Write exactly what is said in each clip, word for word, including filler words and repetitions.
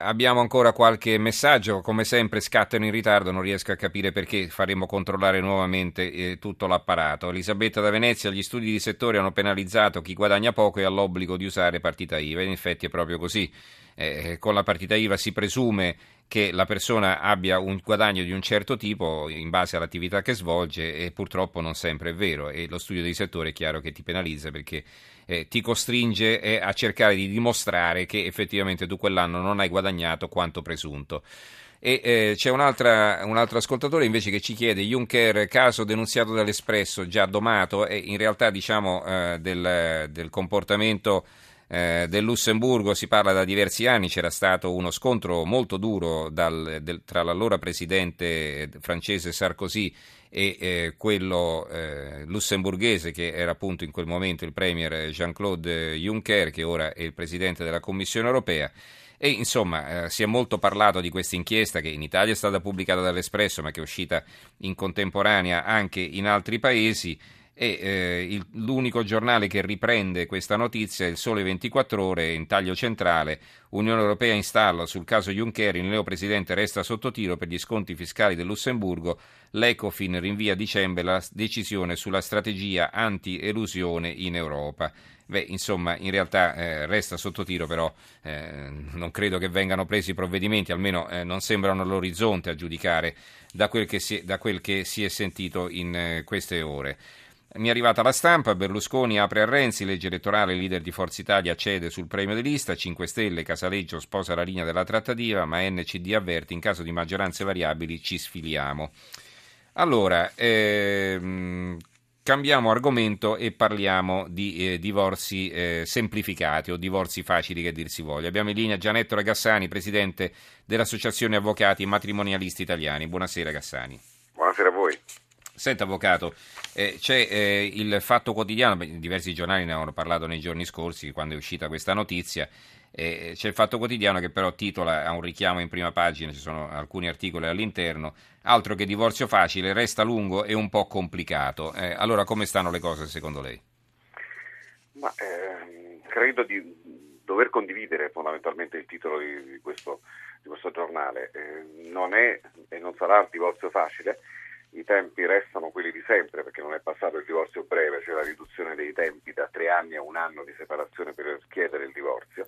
abbiamo ancora qualche messaggio, come sempre scattano in ritardo, non riesco a capire perché, faremo controllare nuovamente eh, tutto l'apparato. Elisabetta da Venezia: gli studi di settore hanno penalizzato chi guadagna poco e ha l'obbligo di usare partita I V A. In effetti è proprio così, eh, con la partita I V A si presume che la persona abbia un guadagno di un certo tipo in base all'attività che svolge e purtroppo non sempre è vero, e lo studio di settore è chiaro che ti penalizza perché eh, ti costringe eh, a cercare di dimostrare che effettivamente tu quell'anno non hai guadagnato quanto presunto. E eh, c'è un'altra, un altro ascoltatore invece che ci chiede: Juncker, caso denunziato dall'Espresso, già domato, e in realtà diciamo eh, del, del comportamento eh, del Lussemburgo si parla da diversi anni. C'era stato uno scontro molto duro dal, del, tra l'allora presidente francese Sarkozy e eh, quello eh, lussemburghese, che era appunto in quel momento il premier Jean-Claude Juncker, che ora è il presidente della Commissione europea. E insomma eh, si è molto parlato di questa inchiesta che in Italia è stata pubblicata dall'Espresso, ma che è uscita in contemporanea anche in altri paesi. E eh, il, l'unico giornale che riprende questa notizia è il Sole ventiquattro Ore, in taglio centrale: Unione Europea installa sul caso Juncker, il neopresidente resta sotto tiro per gli sconti fiscali del Lussemburgo, l'Ecofin rinvia a dicembre la decisione sulla strategia anti-elusione in Europa. Beh, insomma, in realtà eh, resta sotto tiro, però eh, non credo che vengano presi provvedimenti, almeno eh, non sembrano all'orizzonte, a giudicare da quel che si, da quel che si è sentito in eh, queste ore. Mi è arrivata la stampa: Berlusconi apre a Renzi, legge elettorale, il leader di Forza Italia cede sul premio di lista, cinque Stelle, Casaleggio sposa la linea della trattativa, ma N C D avverte: in caso di maggioranze variabili ci sfiliamo. Allora, ehm, cambiamo argomento e parliamo di eh, divorzi eh, semplificati o divorzi facili, che dir si voglia. Abbiamo in linea Gianetto Gassani, presidente dell'Associazione Avvocati Matrimonialisti Italiani. Buonasera Gassani. Buonasera a voi. Senta avvocato, eh, c'è eh, il Fatto Quotidiano, diversi giornali ne hanno parlato nei giorni scorsi quando è uscita questa notizia, eh, c'è il Fatto Quotidiano che però titola, ha un richiamo in prima pagina, ci sono alcuni articoli all'interno: altro che divorzio facile, resta lungo e un po' complicato. Eh, allora come stanno le cose secondo lei? Ma, eh, credo di dover condividere fondamentalmente il titolo di, di, questo, di questo giornale. Eh, non è e non sarà il divorzio facile. I tempi restano quelli di sempre, perché non è passato il divorzio breve, cioè la riduzione dei tempi da tre anni a un anno di separazione per chiedere il divorzio,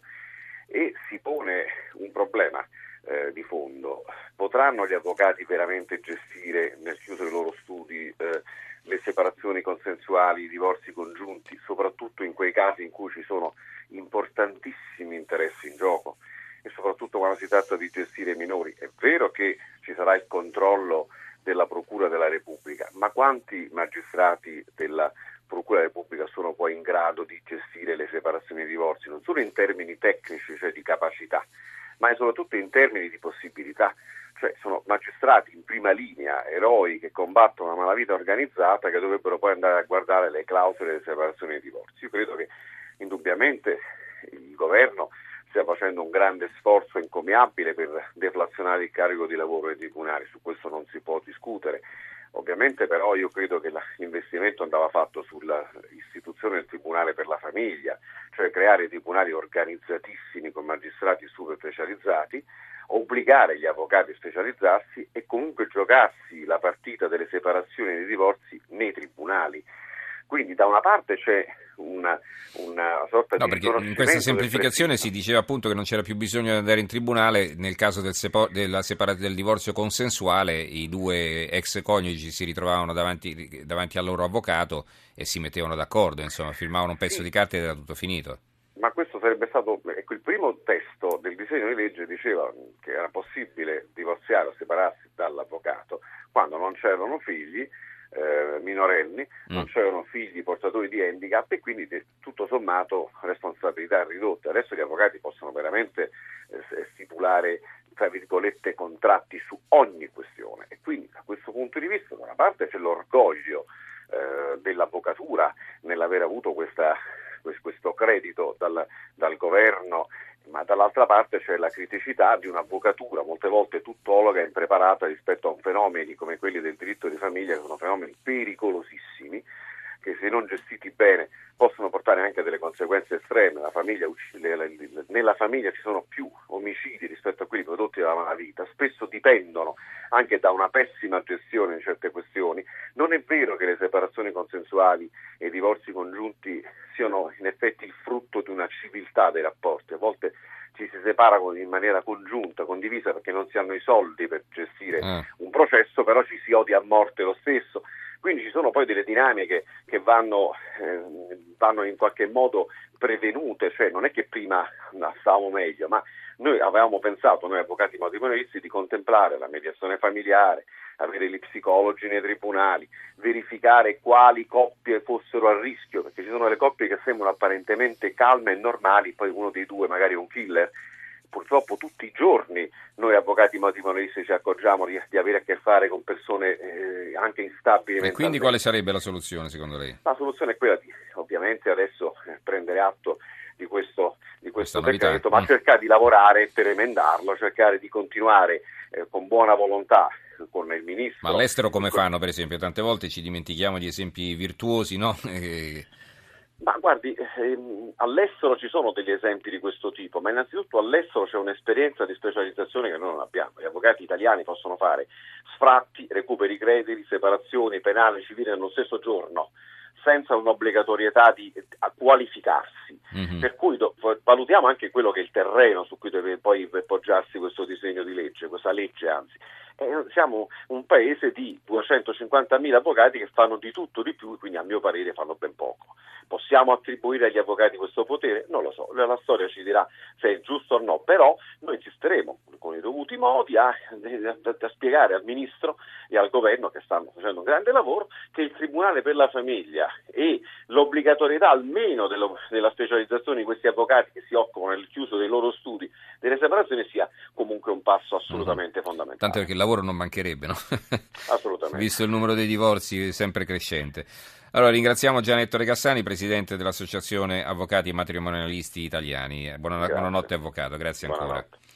e si pone un problema eh, di fondo. Potranno gli avvocati veramente gestire nel chiuso dei loro studi eh, le separazioni consensuali, i divorzi congiunti, soprattutto in quei casi in cui ci sono importantissimi interessi in gioco e soprattutto quando si tratta di gestire minori? È vero che ci sarà il controllo della Procura della Repubblica, ma quanti magistrati della Procura della Repubblica sono poi in grado di gestire le separazioni e i divorzi, non solo in termini tecnici, cioè di capacità, ma soprattutto in termini di possibilità? Cioè sono magistrati in prima linea, eroi che combattono la malavita organizzata, che dovrebbero poi andare a guardare le clausole delle separazioni e i divorzi. Io credo che indubbiamente il governo stia facendo un grande sforzo encomiabile per deflazionare il carico di lavoro dei tribunali, su questo non si può discutere. Ovviamente però io credo che l'investimento andava fatto sull'istituzione del Tribunale per la famiglia, cioè creare tribunali organizzatissimi con magistrati super specializzati, obbligare gli avvocati a specializzarsi e comunque giocarsi la partita delle separazioni e dei divorzi nei tribunali. Quindi da una parte c'è una, una sorta no, di perché in questa semplificazione si diceva appunto che non c'era più bisogno di andare in tribunale nel caso del, sepo- della separa- del divorzio consensuale. I due ex coniugi si ritrovavano davanti, davanti al loro avvocato e si mettevano d'accordo, insomma, firmavano un pezzo sì, di carta ed era tutto finito. Ma questo sarebbe stato, ecco, il primo testo del disegno di legge diceva che era possibile divorziare o separarsi dall'avvocato quando non c'erano figli Eh, minorenni, Mm. non c'erano figli portatori di handicap e quindi tutto sommato responsabilità ridotte. Adesso gli avvocati possono veramente eh, stipulare, tra virgolette, contratti su ogni questione, e quindi da questo punto di vista da una parte c'è l'orgoglio eh, dell'avvocatura nell'aver avuto questa, questo credito dal, dal governo, ma dall'altra parte c'è la criticità di un'avvocatura molte volte tuttologa e impreparata rispetto a fenomeni come quelli del diritto di famiglia, che sono fenomeni pericolosissimi, che se non gestiti bene possono portare anche a delle conseguenze estreme. La famiglia, nella famiglia ci sono più omicidi rispetto a quelli prodotti dalla malavita, spesso dipendono anche da una pessima gestione di certe questioni. Non è vero che le separazioni consensuali e i divorzi congiunti siano in effetti il frutto di una civiltà dei rapporti. A volte ci si separa in maniera congiunta, condivisa, perché non si hanno i soldi per gestire ah. un processo, però ci si odia a morte lo stesso. Quindi ci sono poi delle dinamiche che vanno, eh, vanno in qualche modo prevenute, cioè non è che prima stavamo meglio, ma noi avevamo pensato, noi avvocati matrimonialisti, di contemplare la mediazione familiare, avere gli psicologi nei tribunali, verificare quali coppie fossero a rischio, perché ci sono le coppie che sembrano apparentemente calme e normali, poi uno dei due magari è un killer. Purtroppo tutti i giorni noi avvocati matrimonialisti ci accorgiamo di, di avere a che fare con persone eh, anche instabili. E quindi quale sarebbe la soluzione secondo lei? La soluzione è quella di ovviamente adesso eh, prendere atto di questo, di questo decreto, ma mm. cercare di lavorare per emendarlo, cercare di continuare eh, con buona volontà con il ministro. Ma all'estero come fanno, per esempio? Tante volte ci dimentichiamo di esempi virtuosi, no? Ma guardi, ehm, all'estero ci sono degli esempi di questo tipo, ma innanzitutto all'estero c'è un'esperienza di specializzazione che noi non abbiamo. Gli avvocati italiani possono fare sfratti, recuperi crediti, separazioni, penali, civili nello stesso giorno, senza un'obbligatorietà di a qualificarsi. Mm-hmm. Per cui do, valutiamo anche quello che è il terreno su cui deve poi poggiarsi questo disegno di legge, questa legge anzi. Eh, siamo un paese di duecentocinquantamila avvocati che fanno di tutto di più, quindi a mio parere fanno ben poco. Possiamo attribuire agli avvocati questo potere? Non lo so, la storia ci dirà se è giusto o no, però noi insisteremo con i dovuti modi a, a, a spiegare al Ministro e al Governo, che stanno facendo un grande lavoro, che il Tribunale per la Famiglia e l'obbligatorietà almeno dello, della specializzazione di questi avvocati che si occupano nel chiuso dei loro studi delle separazioni sia comunque un passo assolutamente mm. fondamentale. Tanto perché il lavoro non mancherebbe, no? Assolutamente. Visto il numero dei divorzi sempre crescente. Allora ringraziamo Gianettore Cassani, presidente dell'Associazione Avvocati e Matrimonialisti Italiani. Buona, buonanotte avvocato, grazie ancora. Buonanotte.